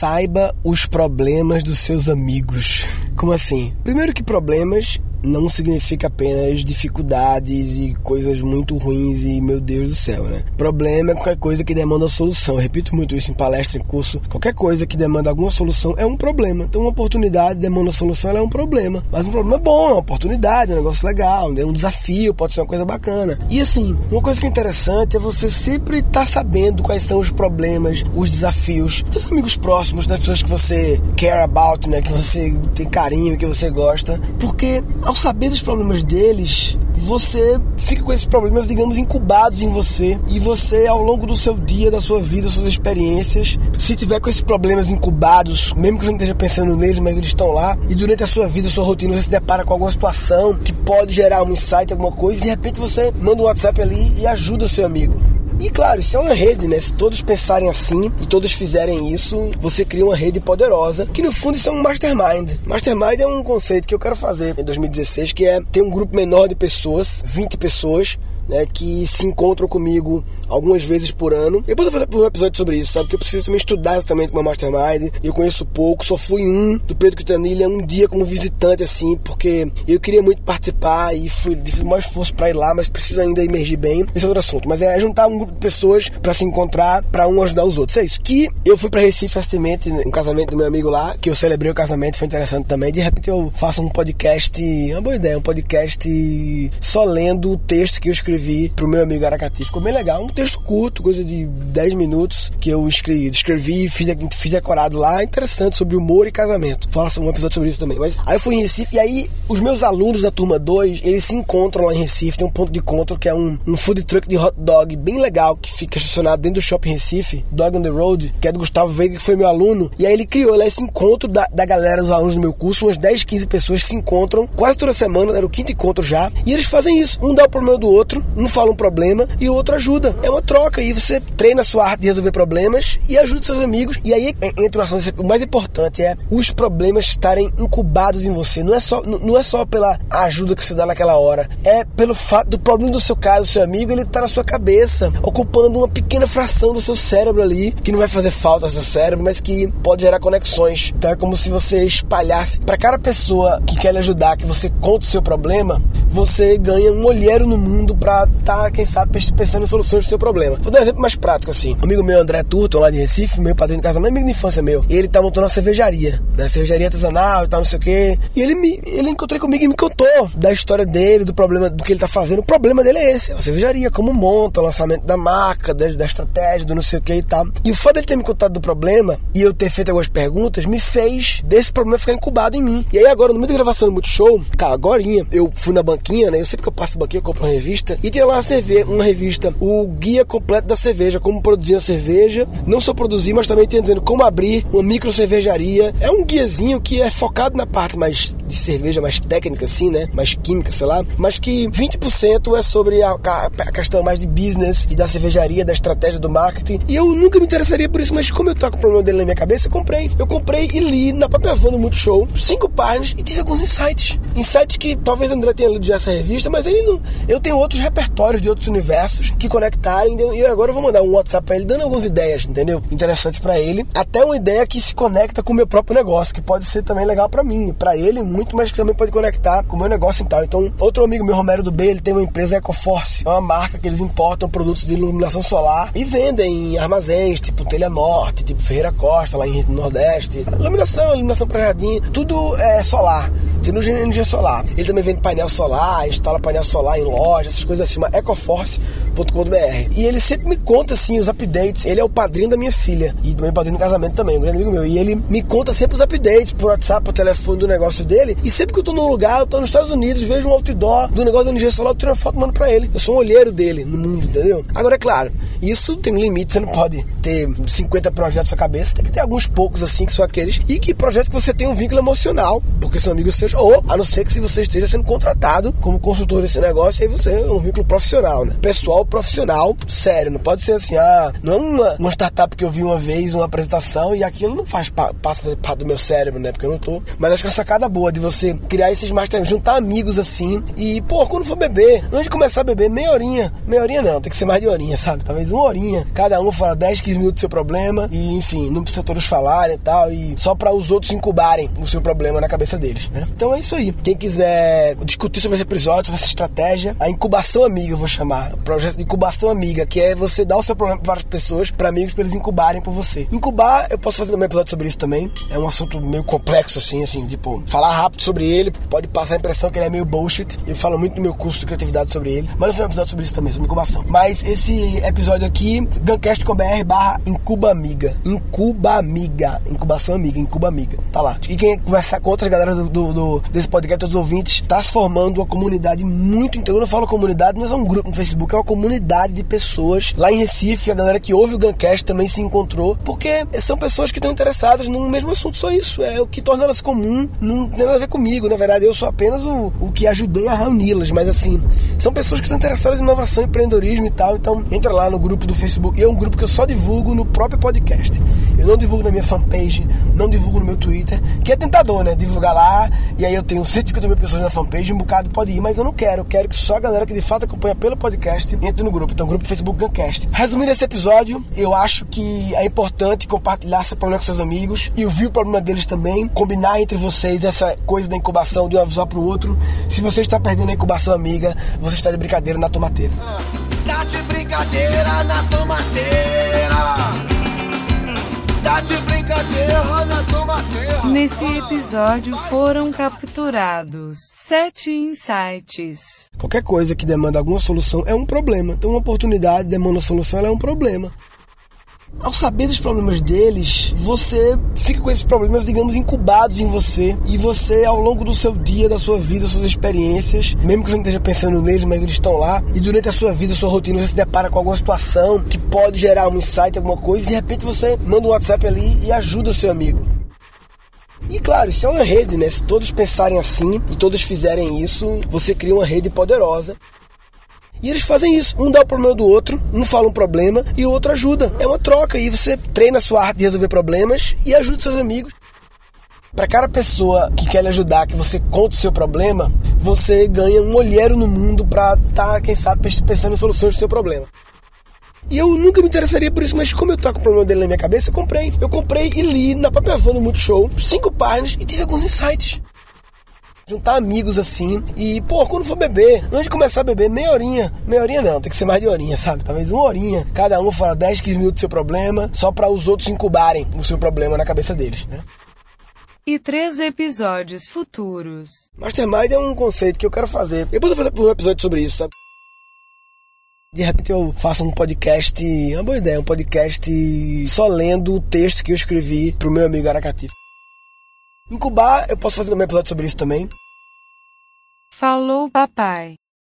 Saiba os problemas dos seus amigos. Como assim? Primeiro que problemas não significa apenas dificuldades e coisas muito ruins e meu Deus do céu, né? Problema é qualquer coisa que demanda solução. Eu repito muito isso em palestra, em curso. Qualquer coisa que demanda alguma solução é um problema. Então uma oportunidade demanda solução, ela é um problema. Mas um problema é bom, é uma oportunidade, é um negócio legal, é um desafio, pode ser uma coisa bacana. E assim, uma coisa que é interessante é você sempre estar sabendo quais são os problemas, os desafios dos amigos próximos, das pessoas que você care about, né? Que você tem carinho, que você gosta. Porque ao saber dos problemas deles, você fica com esses problemas, digamos, incubados em você. E você, ao longo do seu dia, da sua vida, das suas experiências, se tiver com esses problemas incubados, mesmo que você não esteja pensando neles, mas eles estão lá, e durante a sua vida, a sua rotina, você se depara com alguma situação que pode gerar um insight, alguma coisa, e de repente você manda um WhatsApp ali e ajuda o seu amigo. E claro, isso é uma rede, né? Se todos pensarem assim e todos fizerem isso, você cria uma rede poderosa, que no fundo isso é um mastermind. Mastermind é um conceito que eu quero fazer em 2016, que é ter um grupo menor de pessoas, 20 pessoas, né, que se encontram comigo algumas vezes por ano. Eu posso fazer um episódio sobre isso, sabe? Porque eu preciso também estudar exatamente uma mastermind. Eu conheço pouco, só fui do Pedro Quintanilha um dia como visitante, assim, porque eu queria muito participar e fiz o maior esforço pra ir lá, mas preciso ainda emergir bem. Esse é outro assunto, mas é juntar um grupo de pessoas pra se encontrar, pra um ajudar os outros. É isso. Que eu fui pra Recife recentemente, um casamento do meu amigo lá, que eu celebrei o casamento, foi interessante também. De repente eu faço um podcast, uma boa ideia, um podcast só lendo o texto que eu escrevi pro meu amigo Aracati. Ficou bem legal, um texto curto, coisa de 10 minutos, que eu escrevi, fiz decorado lá, interessante, sobre humor e casamento. Faço um episódio sobre isso também. Mas aí eu fui em Recife, e aí os meus alunos da turma 2, eles se encontram lá em Recife. Tem um ponto de encontro que é um food truck de hot dog bem legal, que fica estacionado dentro do shopping Recife, Dog on the Road, que é do Gustavo Veiga, que foi meu aluno. E aí ele criou lá esse encontro da galera, dos alunos do meu curso, umas 10, 15 pessoas se encontram quase toda semana, era o 5º encontro já, e eles fazem isso, um dá o problema do outro, um fala um problema e o outro ajuda. É uma troca, e você treina a sua arte de resolver problemas e ajuda seus amigos. E aí entra o assunto. O mais importante é os problemas estarem incubados em você. Não é só pela ajuda que você dá naquela hora, é pelo fato do problema do seu caso, do seu amigo, ele tá na sua cabeça, ocupando uma pequena fração do seu cérebro ali, que não vai fazer falta ao seu cérebro, mas que pode gerar conexões. Então é como se você espalhasse para cada pessoa que quer lhe ajudar, que você conta o seu problema, você ganha um olheiro no mundo pra tá, quem sabe, pensando em soluções do seu problema. Vou dar um exemplo mais prático, assim. Um amigo meu, André Turton, lá de Recife, meu padrinho de casamento, amigo de infância meu, e ele tá montando uma cervejaria, né? Cervejaria artesanal e tal, não sei o quê. E ele encontrou comigo e me contou da história dele, do problema, do que ele tá fazendo. O problema dele é esse, é a cervejaria, como monta, o lançamento da marca, da estratégia, do não sei o que e tal. E o fato dele ter me contado do problema e eu ter feito algumas perguntas me fez desse problema ficar incubado em mim. E aí agora, no meio da gravação do Multishow, cara, agorinha, eu fui na banquinha, né? Eu sempre que eu passo a banquinha, eu compro uma revista, e tinha lá uma revista, o guia completo da cerveja, como produzir a cerveja, não só produzir, mas também tem dizendo como abrir uma micro cervejaria. É um guiazinho que é focado na parte mais de cerveja, mais técnica assim, né, mais química, sei lá, mas que 20% é sobre a questão mais de business e da cervejaria, da estratégia do marketing. E eu nunca me interessaria por isso, mas como eu tô com o problema dele na minha cabeça, eu comprei e li na própria van do Multishow 5 páginas e tive alguns insights que talvez André tenha lido já essa revista, mas ele não. Eu tenho outros repertórios de outros universos que conectarem, e agora eu vou mandar um WhatsApp pra ele dando algumas ideias, entendeu? Interessantes pra ele, até uma ideia que se conecta com o meu próprio negócio, que pode ser também legal pra mim, pra ele muito, mas que também pode conectar com o meu negócio e tal. Então, outro amigo meu, Romero do B, ele tem uma empresa Ecoforce, é uma marca que eles importam produtos de iluminação solar e vendem em armazéns, tipo Telha Norte, tipo Ferreira Costa, lá em Nordeste. Iluminação pra jardim, tudo é solar, tudo energia solar. Ele também vende painel solar, instala painel solar em loja, essas coisas assim, ecoforce.com.br. E ele sempre me conta assim os updates. Ele é o padrinho da minha filha e do meu padrinho no casamento também, um grande amigo meu. E ele me conta sempre os updates por WhatsApp, por telefone do negócio dele. E sempre que eu tô num lugar, eu tô nos Estados Unidos, vejo um outdoor do negócio da energia solar, eu tiro uma foto e mando pra ele. Eu sou um olheiro dele no mundo, entendeu? Agora, é claro, isso tem um limite, você não pode ter 50 projetos na sua cabeça, tem que ter alguns poucos assim, que são aqueles, e que projetos que você tem um vínculo emocional, porque são amigos seus pessoas, ou a não ser que se você esteja sendo contratado como consultor desse negócio, aí você é um vínculo profissional, né? Pessoal profissional, sério, não pode ser assim, não é uma startup que eu vi uma vez, uma apresentação, e aquilo não passa parte do meu cérebro, né? Porque eu não tô. Mas acho que é uma sacada boa de você criar esses masterminds, juntar amigos assim, e, quando for beber, antes de começar a beber, meia horinha não, tem que ser mais de horinha, sabe? Talvez uma horinha, cada um fala 10, 15 minutos do seu problema, e enfim, não precisa todos falarem e tal, e só para os outros incubarem o seu problema na cabeça deles, né? Então é isso aí. Quem quiser discutir sobre esse episódio, sobre essa estratégia, a incubação amiga eu vou chamar, o projeto de incubação amiga, que é você dar o seu problema para várias pessoas, para amigos, para eles incubarem por você. Incubar, eu posso fazer um episódio sobre isso também, é um assunto meio complexo assim, tipo, falar rápido sobre ele, pode passar a impressão que ele é meio bullshit, eu falo muito no meu curso de criatividade sobre ele, mas eu fiz um episódio sobre isso também, sobre incubação. Mas esse episódio aqui, gancast.com.br/incubamiga, incubação amiga, incubamiga, tá lá. E quem conversar com outras galera desse podcast, todos os ouvintes, tá se formando uma comunidade muito integrada. Quando eu falo comunidade, não é só um grupo no Facebook, é uma comunidade de pessoas. Lá em Recife, a galera que ouve o Gancast também se encontrou, porque são pessoas que estão interessadas no mesmo assunto, só isso. É o que torna elas comum, não tem nada a ver comigo. Na verdade, eu sou apenas o que ajudei a reuni-las, mas assim, são pessoas que estão interessadas em inovação, empreendedorismo e tal. Então, entra lá no grupo do Facebook. E é um grupo que eu só divulgo no próprio podcast. Eu não divulgo na minha fanpage, não divulgo no meu Twitter, que é tentador, né? Divulgar lá, e aí eu tenho 150 mil pessoas na fanpage, um bocado pode ir, mas eu não quero. Eu quero que só a galera que de fato acompanha pelo podcast entre no grupo. Então, grupo Facebook Gancast. Resumindo esse episódio, eu acho que é importante compartilhar seu problema com seus amigos e ouvir o problema deles também, combinar entre vocês essa coisa da incubação de um avisar pro outro. Se você está perdendo a incubação amiga, você está de brincadeira na tomateira. Tá de brincadeira na tomateira. Tá de brincadeira na tomateira. Nesse episódio foram capturados 7 insights. Qualquer coisa que demanda alguma solução é um problema. Então uma oportunidade demanda solução, ela é um problema. Ao saber dos problemas deles, você fica com esses problemas, digamos, incubados em você. E você, ao longo do seu dia, da sua vida, suas experiências, mesmo que você não esteja pensando neles, mas eles estão lá. E durante a sua vida, sua rotina, você se depara com alguma situação que pode gerar um insight, alguma coisa. E de repente você manda um WhatsApp ali e ajuda o seu amigo. E claro, isso é uma rede, né? Se todos pensarem assim e todos fizerem isso, você cria uma rede poderosa. E eles fazem isso, um dá o problema do outro, um fala um problema e o outro ajuda. É uma troca e você treina a sua arte de resolver problemas e ajuda seus amigos. Para cada pessoa que quer lhe ajudar, que você conta o seu problema, você ganha um olheiro no mundo para estar, quem sabe, pensando em soluções do seu problema. E eu nunca me interessaria por isso, mas como eu tô com o problema dele na minha cabeça, eu comprei. Eu comprei e li na própria van do Multishow 5 páginas e tive alguns insights. Juntar amigos assim e, quando for beber, antes de começar a beber, meia horinha não, tem que ser mais de horinha, sabe? Talvez uma horinha, cada um fala 10, 15 minutos do seu problema, só para os outros incubarem o seu problema na cabeça deles, né? E 3 episódios futuros. Mastermind é um conceito que eu quero fazer. Depois eu vou fazer um episódio sobre isso, sabe? De repente eu faço um podcast, é uma boa ideia, um podcast só lendo o texto que eu escrevi pro meu amigo Aracati. Incubar, eu posso fazer um episódio sobre isso também. Falou, papai.